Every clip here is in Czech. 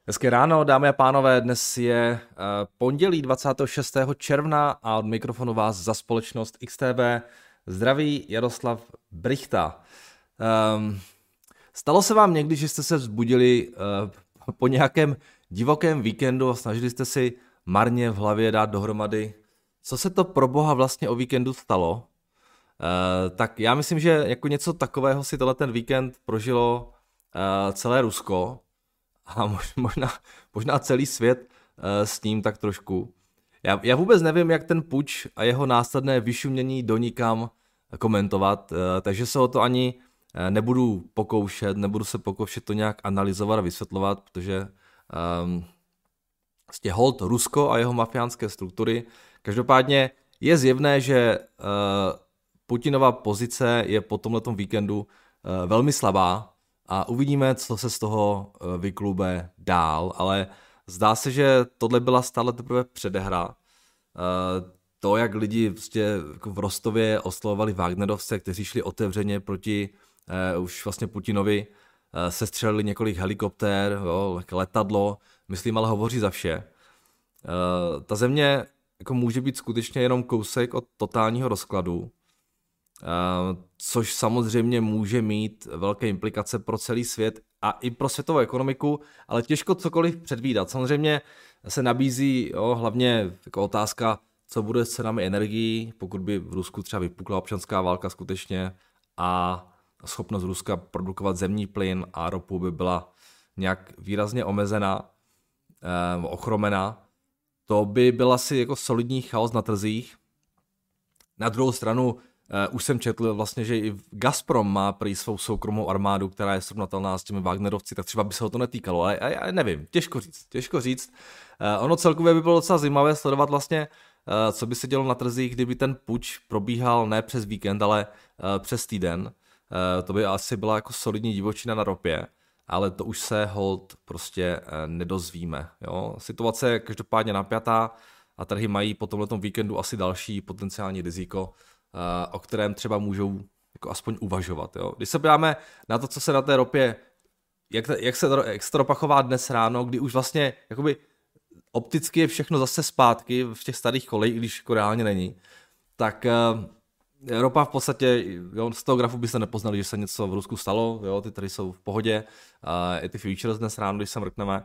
Hezké ráno, dámy a pánové, dnes je pondělí 26. června a od mikrofonu vás za společnost XTB zdraví Jaroslav Brychta. Stalo se vám někdy, že jste se vzbudili po nějakém divokém víkendu a snažili jste si marně v hlavě dát dohromady, co se to pro boha vlastně o víkendu stalo? Tak já myslím, že jako něco takového si ten víkend prožilo celé Rusko, a možná celý svět s ním tak trošku. Já vůbec nevím, jak ten puč a jeho následné vyšumění do nikam komentovat, takže se o to ani nebudu se pokoušet to nějak analyzovat a vysvětlovat, protože hold Rusko a jeho mafiánské struktury. Každopádně je zjevné, že Putinova pozice je po tomhletom víkendu velmi slabá, a uvidíme, co se z toho vyklube dál, ale zdá se, že tohle byla stále teprve předehra. To, jak lidi jako v Rostově oslovovali Wagnerovce, kteří šli otevřeně proti už vlastně Putinovi, sestřelili několik helikoptér, letadlo, myslím, ale hovoří za vše. Ta země jako může být skutečně jenom kousek od totálního rozkladu, což samozřejmě může mít velké implikace pro celý svět a i pro světovou ekonomiku, ale těžko cokoliv předvídat. Samozřejmě se nabízí hlavně jako otázka, co bude s cenami energií, pokud by v Rusku třeba vypukla občanská válka skutečně a schopnost Ruska produkovat zemní plyn a ropu by byla nějak výrazně omezena, ochromena. To by byl asi jako solidní chaos na trzích. Na druhou stranu už jsem četl vlastně, že i Gazprom má prý svou soukromou armádu, která je srovnatelná s těmi Wagnerovci, tak třeba by se ho to netýkalo, ale já nevím, těžko říct. Ono celkově by bylo docela zajímavé sledovat vlastně, co by se dělo na trzích, kdyby ten puč probíhal ne přes víkend, ale přes týden. To by asi byla jako solidní divočina na ropě, ale to už se hold prostě nedozvíme. Jo? Situace je každopádně napjatá a trhy mají po tomhletom víkendu asi další potenciální riziko, o kterém třeba můžou jako aspoň uvažovat. Jo. Když se podíváme na to, co se na té ropě, jak se to ropa chová dnes ráno, kdy už vlastně jakoby opticky je všechno zase zpátky v těch starých kolejích, i když jako reálně není, tak ropa v podstatě, jo, z toho grafu byste nepoznali, že se něco v Rusku stalo, jo, ty tady jsou v pohodě, i ty futures dnes ráno, když se mrkneme,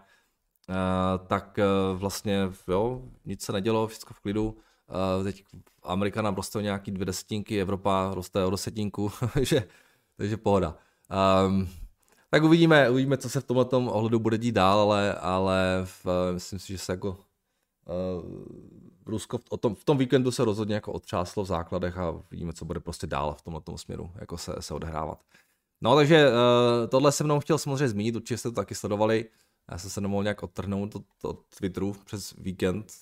tak vlastně jo, nic se nedělo, všechno v klidu. Teď Amerika nám roste o nějaký 2 desetinky, Evropa roste o desetinku, takže pohoda. Tak uvidíme, co se v tomhletom ohledu bude dít dál, ale myslím si, že se jako Rusko v tom víkendu se rozhodně jako otřáslo v základech a uvidíme, co bude prostě dál v tomhletom směru, jako se odehrávat. No takže tohle se mnou chtěl samozřejmě zmínit, určitě jste to taky sledovali, já jsem se nemohl nějak odtrhnout od Twitteru přes víkend,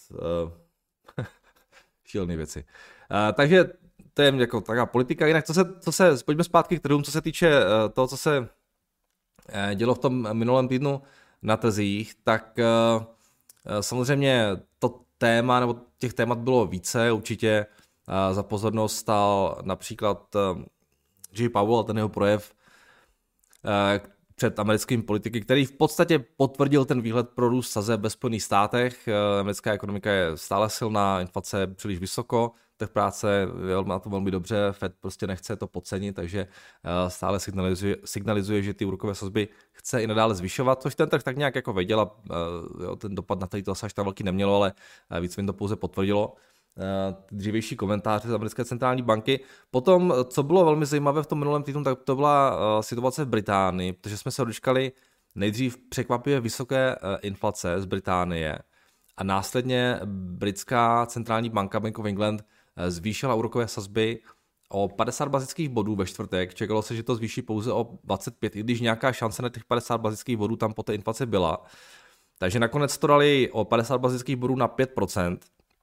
šílené věci. Takže to je jako taková politika. Jinak pojďme zpátky k trhům, co se týče toho, co se dělo v tom minulém týdnu na trzích, tak samozřejmě to téma, nebo těch témat bylo více, určitě za pozornost stál například Jay Powell a ten jeho projev před americkými politiky, který v podstatě potvrdil ten výhled pro růst sazeb ve Spojených státech. Americká ekonomika je stále silná, inflace je příliš vysoko, trh práce je na to velmi dobře, Fed prostě nechce to podcenit, takže stále signalizuje, že ty úrokové sazby chce i nadále zvyšovat, což ten trh tak nějak jako věděl a ten dopad na tady to až tak velký nemělo, ale víceméně to pouze potvrdilo. Dřívější komentáře z americké centrální banky. Potom, co bylo velmi zajímavé v tom minulém týdnu, tak to byla situace v Británii, protože jsme se dočkali nejdřív překvapivě vysoké inflace z Británie a následně britská centrální banka Bank of England zvýšila úrokové sazby o 50 bazických bodů ve čtvrtek. Čekalo se, že to zvýší pouze o 25, i když nějaká šance na těch 50 bazických bodů tam po té inflaci byla. Takže nakonec to dali o 50 bazických bodů na 5%.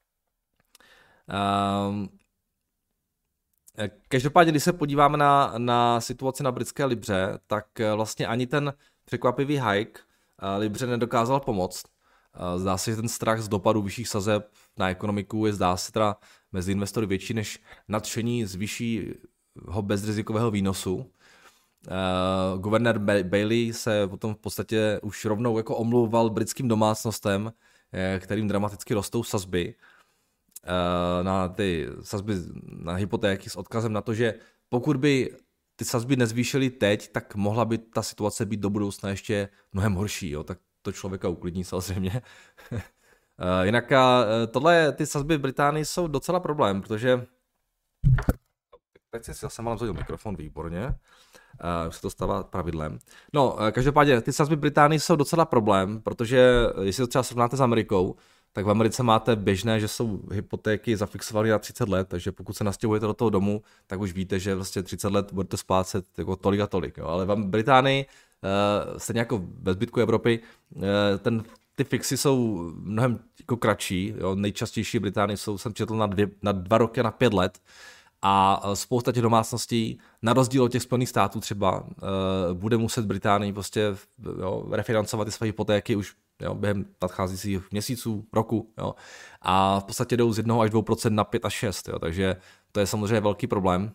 Každopádně, když se podíváme na situaci na britské libře, tak vlastně ani ten překvapivý hike libře nedokázal pomoct. Zdá se, že ten strach z dopadu vyšších sazeb na ekonomiku je, zdá se teda mezi investory větší než nadšení z vyššího bezrizikového výnosu. Guvernér Bailey se potom v podstatě už rovnou jako omlouval britským domácnostem, kterým dramaticky rostou sazby na ty sazby na hypotéky s odkazem na to, že pokud by ty sazby nezvýšily teď, tak mohla by ta situace být do budoucna ještě mnohem horší, jo? Tak to člověka uklidní samozřejmě. Jinak ty sazby v Británii jsou docela problém, protože teď si zase mám vzít mikrofon, výborně. Se to stává pravidlem. No, každopádně ty sazby v Británii jsou docela problém, protože jestli to třeba srovnáte s Amerikou, tak v Americe máte běžné, že jsou hypotéky zafixovány na 30 let, takže pokud se nastěhujete do toho domu, tak už víte, že vlastně 30 let budete splácet jako tolik a tolik. Jo. Ale v Británii, stejně jako ve zbytku Evropy, ty fixy jsou mnohem jako kratší. Jo. Nejčastější v Británii jsem četl na 2 roky a na 5 let. A spousta těch domácností, na rozdíl od těch Spojených států třeba, bude muset Británii prostě refinancovat ty své hypotéky už během nadcházejících měsíců, roku. Jo. A v podstatě jdou z 1 až 2% na 5 až 6, jo. Takže to je samozřejmě velký problém.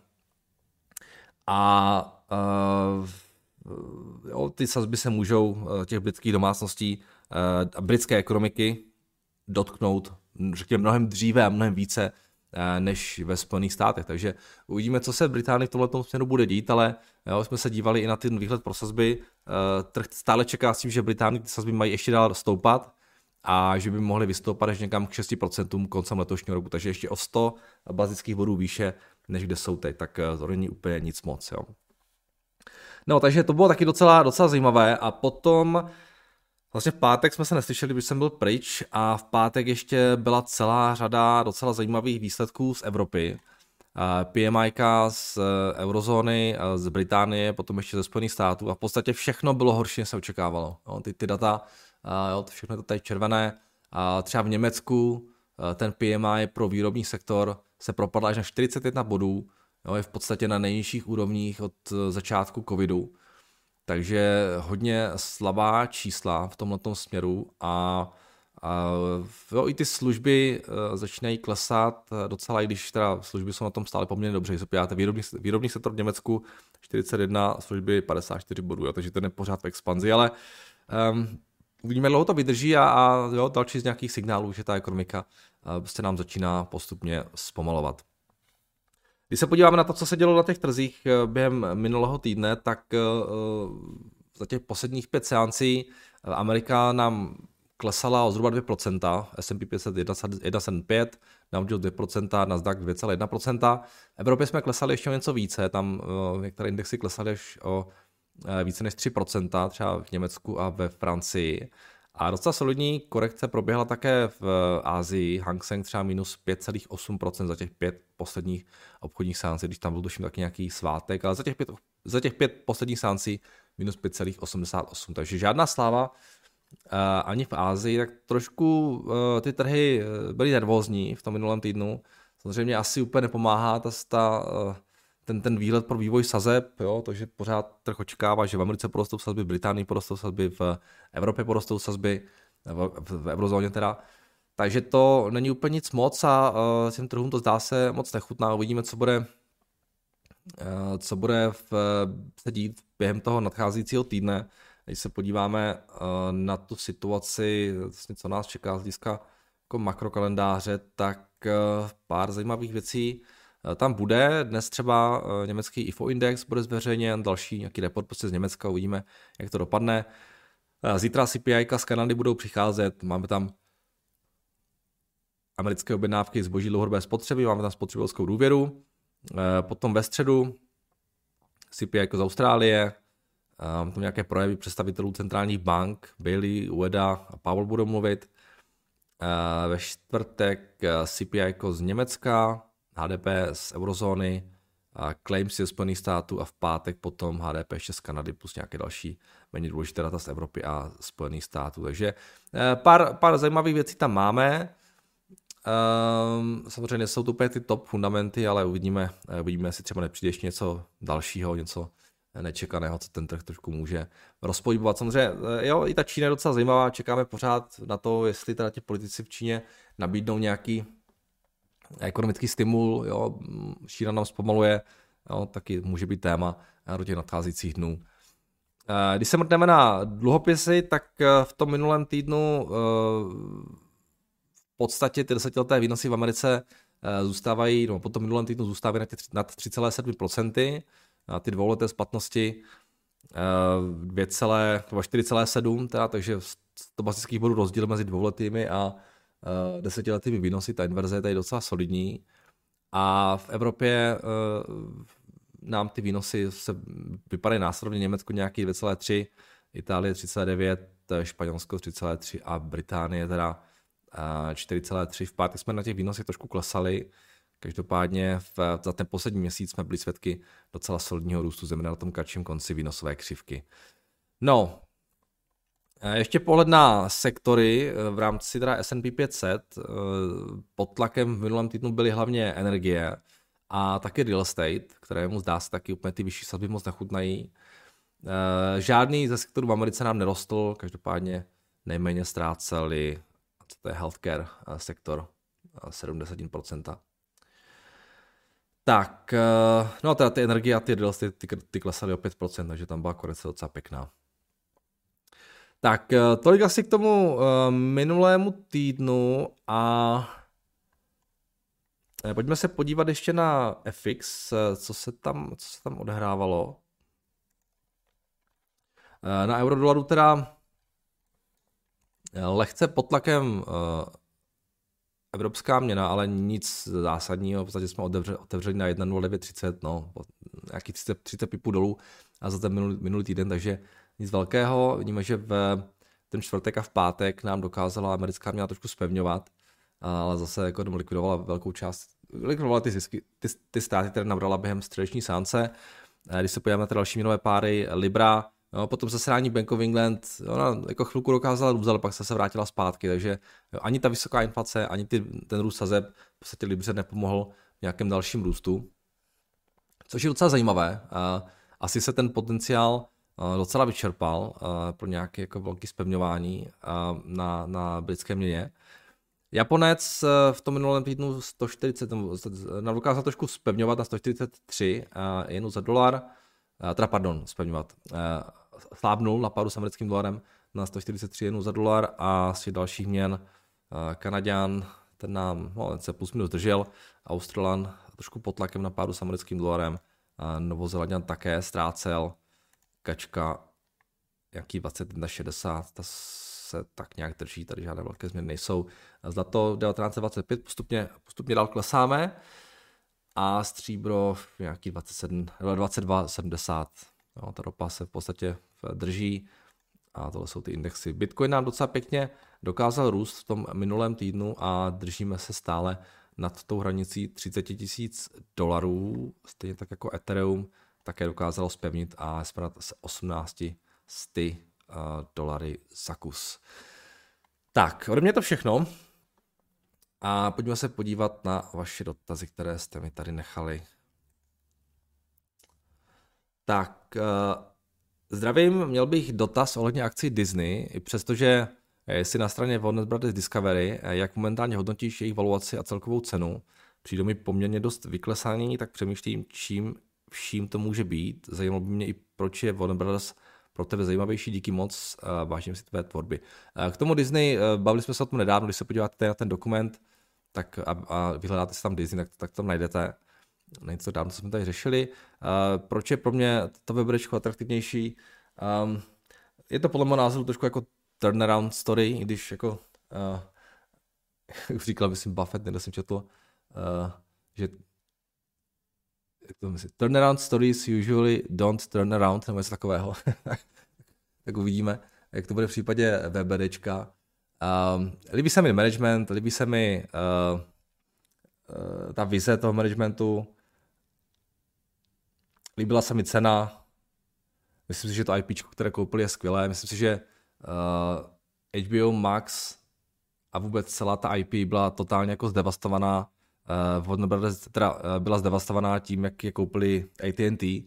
A ty sazby se můžou těch britských domácností a britské ekonomiky dotknout, řekněme, mnohem dříve a mnohem více než ve Spojených státech. Takže uvidíme, co se v Británii v tomto směru bude dít, ale jsme se dívali i na ten výhled pro sazby. Trh stále čeká s tím, že v Británii ty sazby mají ještě dál stoupat a že by mohly vystoupat až někam k 6% koncem letošního roku, takže ještě o 100 bazických bodů výše, než kde jsou teď, tak to není úplně nic moc. Jo. No, takže to bylo taky docela zajímavé a potom vlastně v pátek jsme se neslyšeli, když jsem byl pryč a v pátek ještě byla celá řada docela zajímavých výsledků z Evropy. PMIka z eurozóny, z Británie, potom ještě ze Spojených států a v podstatě všechno bylo horší, než se očekávalo. Jo, ty data, všechno to tady červené. Třeba v Německu ten PMI pro výrobní sektor se propadl až na 41 bodů, jo, je v podstatě na nejnižších úrovních od začátku covidu. Takže hodně slabá čísla v tomhletom směru a i ty služby začínají klesat docela, i když teda služby jsou na tom stále poměrně dobře. Když se podíváte výrobní sektor v Německu 41, služby 54 bodů, jo, takže to je pořád v expanzi, ale uvidíme, jak dlouho to vydrží a další z nějakých signálů, že ta ekonomika se nám začíná postupně zpomalovat. Když se podíváme na to, co se dělo na těch trzích během minulého týdne, tak za těch posledních 5 seancí Amerika nám klesala o zhruba 2%, S&P 500 1,75, Dow Jones 2%, Nasdaq 2,1%. V Evropě jsme klesali ještě o něco více, tam některé indexy klesaly až o více než 3%, třeba v Německu a ve Francii. A docela solidní korekce proběhla také v Asii, Hang Seng třeba minus 5,8% za těch 5 posledních obchodních seancí, když tam byl tuším taky nějaký svátek, ale za těch 5 posledních seancí minus 5,88, takže žádná sláva ani v Asii, tak trošku ty trhy byly nervózní v tom minulém týdnu. Samozřejmě asi úplně nepomáhá ten výhled pro vývoj sazeb, jo, takže pořád trh očekává, že v Americe porostou sazby, v Británii porostou sazby, v Evropě porostou sazby, v eurozóně teda. Takže to není úplně nic moc a těm trhům to zdá se moc nechutná. Uvidíme, co bude se dít během toho nadcházejícího týdne. Když se podíváme na tu situaci, vlastně, co nás čeká z hlediska jako makrokalendáře, tak pár zajímavých věcí tam bude. Dnes třeba německý IFO index bude zveřejněn, další nějaký report prostě z Německa, uvidíme, jak to dopadne. Zítra CPI z Kanady budou přicházet, máme tam americké objednávky zboží dlouhodobé spotřeby, máme tam spotřebitelskou důvěru. Potom ve středu CPI z Austrálie, mám tam nějaké projevy představitelů centrálních bank, Bailey, UEDA a Powell budou mluvit. Ve čtvrtek CPI z Německa, HDP z eurozóny, claims ze Spojených států a v pátek potom HDP ještě z Kanady plus nějaké další méně důležité data z Evropy a Spojených států. Takže pár zajímavých věcí tam máme. Samozřejmě jsou to úplně ty top fundamenty, ale uvidíme, jestli třeba nepřijde ještě něco dalšího, něco nečekaného, co ten trh trošku může rozpohybovat. Samozřejmě, jo, i ta Čína je docela zajímavá, čekáme pořád na to, jestli teda ti politici v Číně nabídnou nějaký ekonomický stimul, jo, Čína nám zpomaluje, jo, taky může být téma. do těch nadcházejících dnů. Když se mrkneme na dluhopisy, tak v tom minulém týdnu v podstatě ty desetileté výnosy v Americe zůstávají, no po tom minulém týdnu zůstávají nad 3,7%, a ty dvouleté splatnosti 4,7, teda, takže 100 bazických bodů rozdíl mezi dvouletými a desetiletými výnosy, ta inverze je tady docela solidní. A v Evropě nám ty výnosy se vypadají následně, Německo nějaký 2,3, Itálie 3,9, Španělsko 3,3 a Británie teda 4,3. V pátek jsme na těch výnosech trošku klesali, každopádně za ten poslední měsíc jsme byli svědky docela solidního růstu země na tom kratším konci výnosové křivky. No, ještě pohled na sektory v rámci teda S&P 500. Pod tlakem v minulém týdnu byly hlavně energie a taky real estate, kterému zdá se taky úplně ty vyšší sazby moc nechutnají. Žádný ze sektorů v Americe nám nerostl, každopádně nejméně ztráceli, co to je healthcare sektor, 70%. Tak, no teda ty energie a ty real estate ty klesaly o 5%, takže tam byla korekce docela pěkná. Tak, tolik asi k tomu minulému týdnu a pojďme se podívat ještě na FX, co se tam odehrávalo. Na eurodolaru teda lehce pod tlakem evropská měna, ale nic zásadního, v podstatě jsme otevřeli na 1,0930, no, nějakých 30 pipů dolů a za ten minulý týden, takže nic velkého. Vidíme, že v ten čtvrtek a v pátek nám dokázala americká měna trošku zpevňovat, ale zase jako likvidovala velkou část, likvidovala ty zisky, ty ztráty, které nabrala během středeční seance. Když se podíváme na ty další měnové páry, Libra, no, potom zasedání Bank of England, ona jako chvilku dokázala růst, ale pak se vrátila zpátky, takže ani ta vysoká inflace, ani ten růst sazeb v podstatě Libře nepomohl v nějakém dalším růstu. Což je docela zajímavé. Asi se ten potenciál docela vyčerpal pro nějaké jako velké zpevňování na britské měně. Japonec v tom minulém týdnu 140 nám dokázal trošku zpevňovat na 143 jenu za dolar, zpevňovat. Slábnul na páru s americkým dolarem na 143 jenů za dolar a z těch dalších měn Kanaďan, ten nám se plus minus držel, Australan trošku pod tlakem na páru s americkým dolarem, Novozélanďan také ztrácel, kačka nějaký 21,60, ta se tak nějak drží, tady žádné velké změny nejsou. Zlato 1925 postupně dál klesáme a stříbro nějaký 22,70. No, ta ropa se v podstatě drží a tohle jsou ty indexy. Bitcoin nám docela pěkně dokázal růst v tom minulém týdnu a držíme se stále nad tou hranicí $30,000, stejně tak jako Ethereum také dokázalo zpevnit a jsme nad $1800 za kus. Tak, ode mě to všechno a pojďme se podívat na vaše dotazy, které jste mi tady nechali. Tak, zdravím, měl bych dotaz ohledně akcí Disney, přestože jsi na straně Warner Brothers Discovery, jak momentálně hodnotíš jejich valuaci a celkovou cenu, přijde mi poměrně dost vyklesání, tak přemýšlím, čím vším to může být. Zajímalo by mě i, proč je Warner Brothers pro tebe zajímavější, díky moc, vážím si tvé tvorby. K tomu Disney, bavili jsme se o tom nedávno, když se podíváte na ten dokument tak a vyhledáte si tam Disney, tak tam najdete. Něco dávno, co jsme tady řešili. Proč je pro mě to webberečko atraktivnější? Je to podle mého názoru trošku jako turnaround story, i když jako už říkal, myslím, Buffett, někde jsem četl, že jak to myslím, turnaround stories usually don't turn around, nebo něco takového. Tak uvidíme, jak to bude v případě webberečka. Líbí se mi management, líbí se mi ta vize toho managementu, líbila se mi cena, myslím si, že to IPčko, které koupili, je skvělé, myslím si, že HBO Max a vůbec celá ta IP byla totálně jako zdevastovaná, Warner Brothers teda byla zdevastovaná tím, jak je koupili AT&T,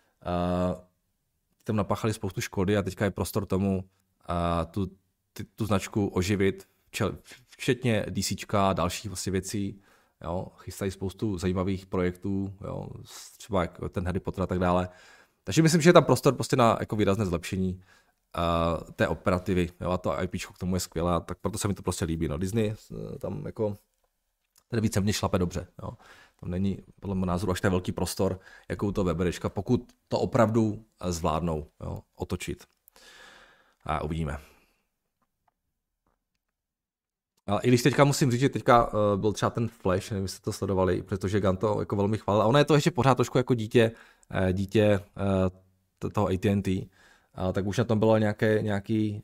tam napáchali spoustu škody a teďka je prostor tomu tu značku oživit, včetně DCčka a dalších vlastně věcí. Jo, chystají spoustu zajímavých projektů, jo, třeba jako ten Harry Potter a tak dále. Takže myslím, že je tam prostor prostě na jako výrazné zlepšení té operativy, jo, a to IPčko k tomu je skvělé, tak proto se mi to prostě líbí. No, Disney tam jako ten víceméně šlape dobře. Jo. Tam není podle mého názoru až ten velký prostor, jako u toho Weberečka, pokud to opravdu zvládnou, jo, otočit. A uvidíme. Ale i když teďka musím říct, že teďka byl třeba ten Flash, nevím, jestli to sledovali, protože Gunn to jako velmi chválil. A ono je to ještě pořád trošku jako dítě toho AT&T. Tak už na tom bylo nějaký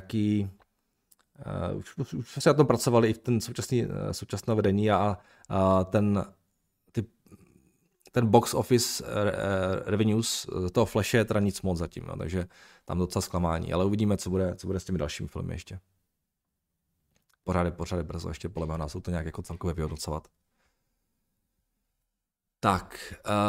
už se na tom pracovali i v ten současné vedení a ten box office revenues toho Flashe je teda nic moc zatím, no, takže tam docela zklamání, ale uvidíme, co bude s těmi dalšími filmy ještě. Pořád je brzo ještě podle mého názoru to nějak jako celkově vyhodnocovat. Tak,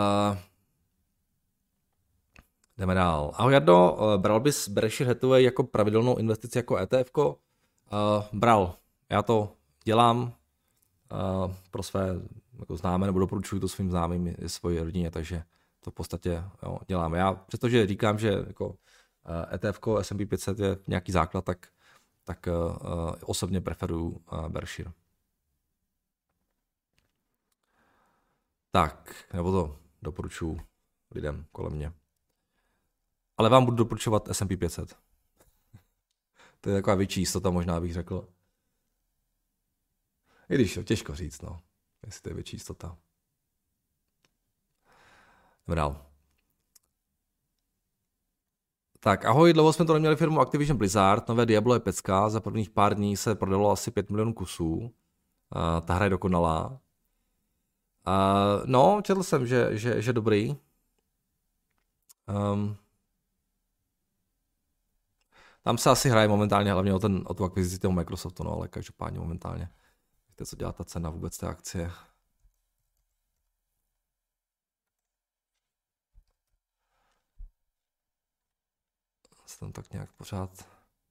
jdeme dál. Ahoj Jardo, bral bys Berkshire Hathaway jako pravidelnou investici jako ETF-ko? Bral. Já to dělám pro své jako známé, nebo doporučuji to svým známým i svoji rodině, takže to v podstatě dělám. Já přestože říkám, že jako ETF-ko S&P 500 je nějaký základ, tak osobně preferuju Berkshire. Tak, nebo to doporučuji lidem kolem mě. Ale vám budu doporučovat S&P 500. To je taková větší jistota, možná bych řekl. I když těžko říct, no. Jestli to je větší jistota. Jdeme dál. Tak, ahoj, dlouho jsme to neměli firmu Activision Blizzard, nové Diablo je pecka, za prvních pár dní se prodalo asi 5 milionů kusů. Ta hra je dokonalá. No, četl jsem, že dobrý. Tam se asi hraje momentálně hlavně o tu akvizici toho Microsoftu, no, ale každopádně momentálně. Víte, co dělá ta cena vůbec té akcie? Jsem tak nějak pořád...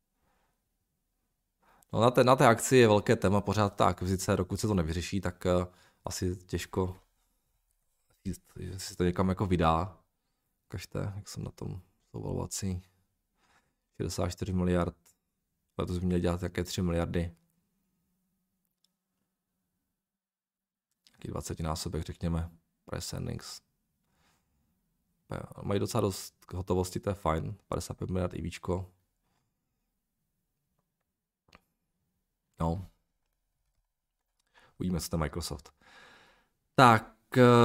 No na té akci je velké téma pořád ta akvizice, dokud se to nevyřeší, tak asi těžko jestli se to někam jako vydá. Kažte, jak jsem na tom valuací. 64 miliard. Letos by měli dělat jaké 3 miliardy. Jaký 20 násobek, řekněme. Price earnings. Mají docela dost hotovosti, to je fajn. 55 miliard IVčko. No. Uvidíme, co to je Microsoft. Tak.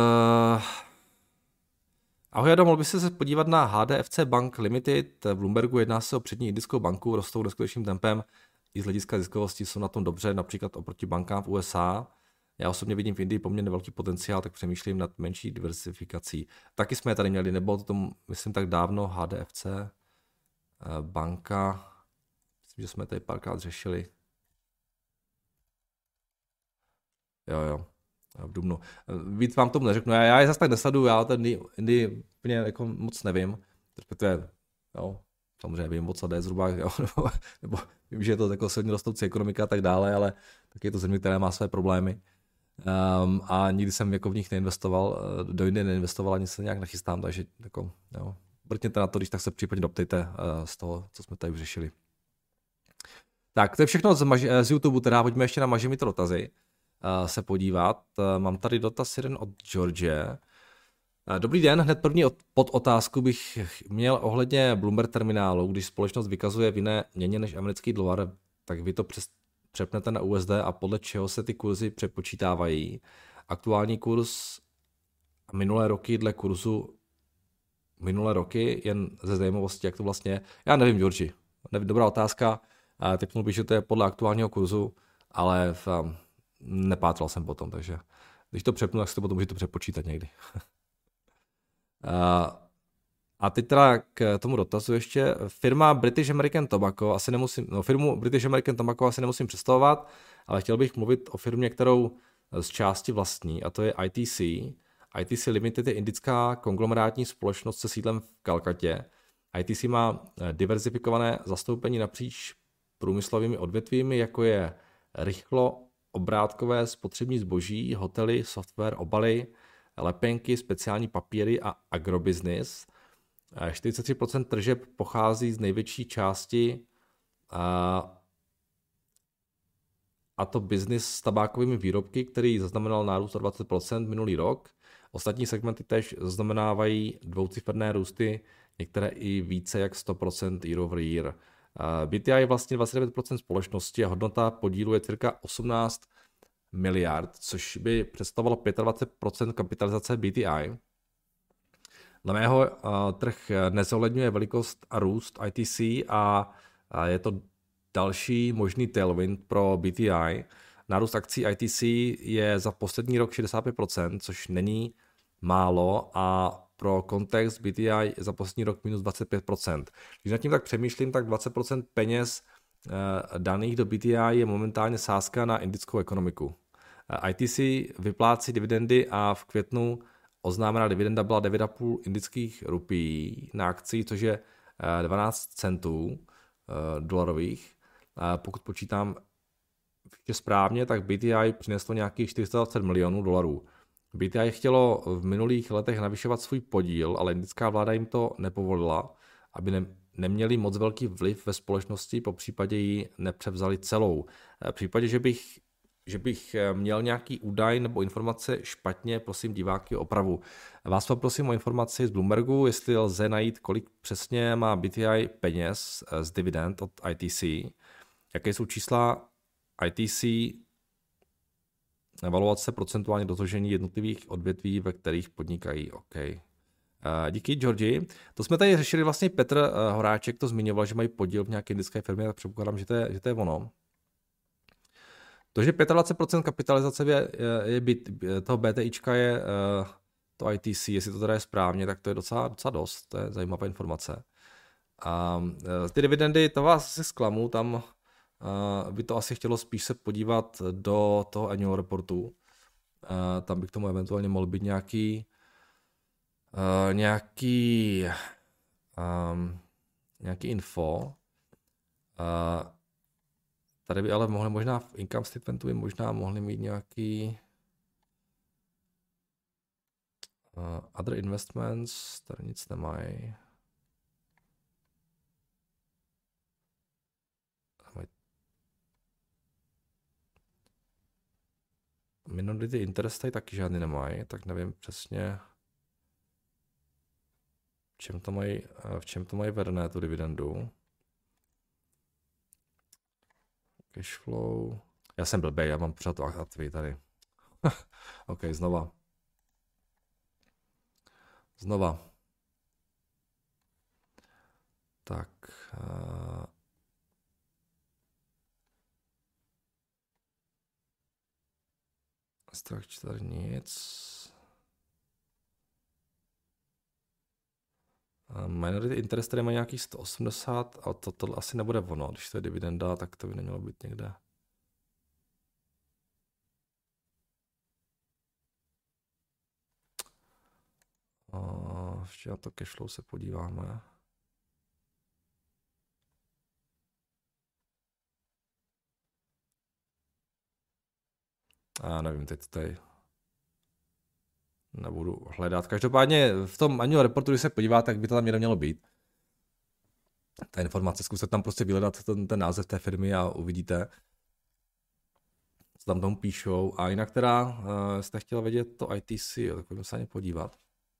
Ahoj, Adam, mohl by se podívat na HDFC Bank Limited. V Bloombergu jedná se o přední indickou banku, rostou neskutečným tempem. I z hlediska ziskovosti jsou na tom dobře, například oproti bankám v USA. Já osobně vidím v Indii poměrně velký potenciál, tak přemýšlím nad menší diversifikací. Taky jsme je tady měli, nebylo to tom, myslím, tak dávno, HDFC banka. Myslím, že jsme tady párkrát řešili. Jo. V dubnu. Víc vám tomu neřeknu, já je zase tak nesleduju, já ten Indii úplně jako moc nevím, respektive, jo, samozřejmě vím, o co jde zhruba, jo, nebo vím, že je to jako silně rostoucí ekonomika a tak dále, ale taky je to země, která má své problémy a nikdy jsem jako v nich neinvestoval, do Indie neinvestoval, ani se nějak nechystám, takže jako, jo, vrtněte na to, když tak se případně doptejte z toho, co jsme tady už řešili. Tak, to je všechno z YouTube, teda pojďme ještě na Mažemito dotazy se podívat. Mám tady dotaz jeden od George. Dobrý den, hned první pod otázku bych měl ohledně Bloomberg terminálu. Když společnost vykazuje v jiné měně než americký dolar, tak vy to přepnete na USD a podle čeho se ty kurzy přepočítávají. Aktuální kurz minulé roky dle kurzu minulé roky, jen ze zajímavosti, jak to vlastně je. Já nevím, Georgi. Dobrá otázka. Typnul bych, že to je podle aktuálního kurzu, ale nepátral jsem potom, takže když to přepnu, tak si to potom můžete přepočítat někdy. A teď teda k tomu dotazu ještě. Firmu British American Tobacco asi nemusím představovat, ale chtěl bych mluvit o firmě, kterou z části vlastní, a to je ITC. ITC Limited je indická konglomerátní společnost se sídlem v Kalkatě. ITC má diverzifikované zastoupení napříč průmyslovými odvětvími, jako je rychlo obrátkové spotřební zboží, hotely, software, obaly, lepenky, speciální papíry a agrobiznis. 43% tržeb pochází z největší části a to biznis s tabákovými výrobky, který zaznamenal nárůst o 20% minulý rok. Ostatní segmenty též zaznamenávají dvouciferné růsty, některé i více jak 100% year over year. BTI je vlastně 29% společnosti a hodnota podílu je cirka 18 miliard, což by představovalo 25% kapitalizace BTI. Dle mého trh nezohledňuje velikost a růst ITC a je to další možný tailwind pro BTI. Nárůst akcí ITC je za poslední rok 65%, což není málo a pro kontext BTI je za poslední rok minus 25%. Když nad tím tak přemýšlím, tak 20% peněz daných do BTI je momentálně sázka na indickou ekonomiku. ITC vyplácí dividendy a v květnu oznámená dividenda byla 9,5 indických rupií na akci, což je 12 centů dolarových. Pokud počítám správně, tak BTI přineslo nějakých 420 milionů dolarů. BTI chtělo v minulých letech navyšovat svůj podíl, ale indická vláda jim to nepovolila, aby neměli moc velký vliv ve společnosti, po případě ji nepřevzali celou. V případě, že bych měl nějaký údaj nebo informace špatně, prosím diváky o opravu. Vás poprosím o informaci z Bloombergu, jestli lze najít, kolik přesně má BTI peněz z dividend od ITC, jaké jsou čísla ITC, evaluace procentuálně dosažení jednotlivých odvětví, ve kterých podnikají. OK. Díky, Georgi. To jsme tady řešili vlastně Petr Horáček, to zmiňoval, že mají podíl v nějaké indické firmě, tak předpokládám, že to je ono. To, že 25% kapitalizace toho BTIčka je to ITC, jestli to teda je správně, tak to je docela dost, to je zajímavá informace. A ty dividendy, to vás asi zklamu, tam by to asi chtělo spíš se podívat do toho annual reportu. Tam by k tomu eventuálně mohl být nějaký info. Tady by ale mohli možná v income statementu by možná mohli mít nějaký other investments, tady nic nemají. Minority interest tady taky žádný nemají, tak nevím přesně, v čem to mají vedené tu dividendu. Cash flow. Já jsem blbej, já mám pořád to aktivy tady. OK, znova. Tak. Structure nic. Minority interest tady má nějaký 180 a to asi nebude ono. Když to je dividenda, tak to by nemělo být někde. Ještě na to cashflow se podíváme. Nevím, teď tady nebudu hledat. Každopádně v tom annual reportu, když se podíváte, tak by to tam někde mělo být. Ta informace, zkuste tam prostě vyhledat ten název té firmy a uvidíte, co tam tomu píšou. A jinak teda jste chtěl vědět to ITC, tak pojďme se na ně podívat.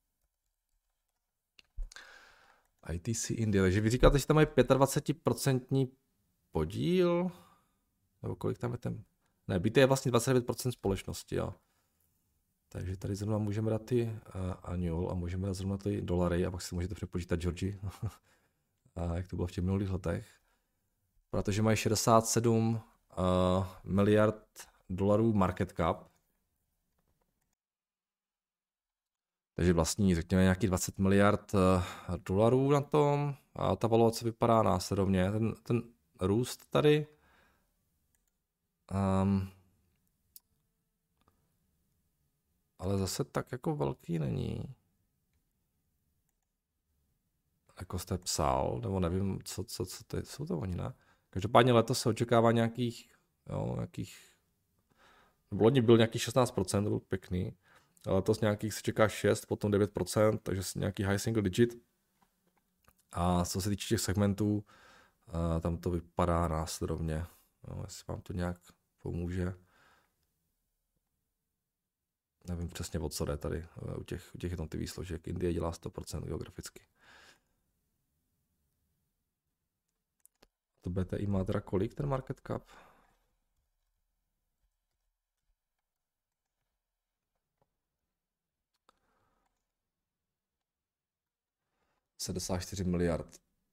ITC India, takže vy říkáte, že tam mají 25% podíl, nebo kolik tam je ten? Ne, BT je vlastně 29% společnosti, jo. Takže tady zrovna můžeme dát ty annual a můžeme dát zrovna ty dolary a pak si můžete přepočítat, Georgi, jak to bylo v těch minulých letech. Protože mají 67 miliard dolarů market cap. Takže vlastní, řekněme, nějaký 20 miliard dolarů na tom a ta valuace vypadá následovně. Ten růst tady ale zase tak jako velký není. Jako jste psal, nebo nevím, co to jsou to oni, ne? Každopádně letos se očekává nějakých, loni byl nějakých 16%, to byl pěkný. Ale letos nějakých se čeká 6, potom 9%, takže nějaký high single digit. A co se týče těch segmentů, tam to vypadá následovně. No, jestli vám to nějak pomůže. Nevím přesně, o co jde tady u těch jednotlivých složek. Indie dělá 100% geograficky. To BTI má teda kolik, ten market cap? $74 miliard.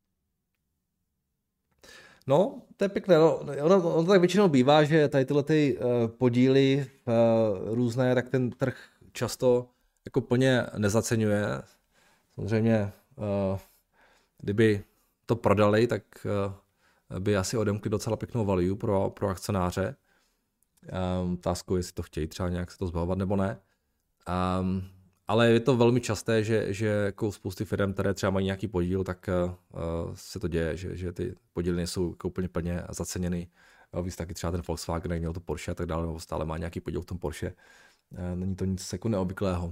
No, to je pěkné. No. Ono tak většinou bývá, že tady tyhle podíly různé, tak ten trh často jako plně nezaceňuje. Samozřejmě, kdyby to prodali, tak by asi odemkli docela pěknou value pro akcionáře. Otázkou, jestli to chtějí třeba nějak se to zbavovat nebo ne. Ale je to velmi časté, že jako spousty firm, které třeba mají nějaký podíl, tak se to děje, že ty podíly nejsou jako úplně plně zaceněny. Víc taky třeba ten Volkswagen, jak měl to Porsche a tak dále, nebo stále má nějaký podíl v tom Porsche. Není to nic jako neobvyklého.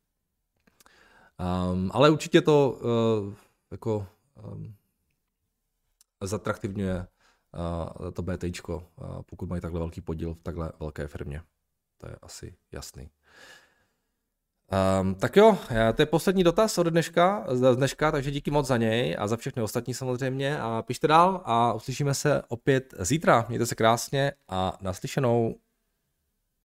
Ale určitě to jako zatraktivňuje to BTIčko, pokud mají takhle velký podíl v takhle velké firmě. To je asi jasný. Tak jo, to je poslední dotaz od dneška, takže díky moc za něj a za všechny ostatní samozřejmě a pište dál a uslyšíme se opět zítra. Mějte se krásně a naslyšenou.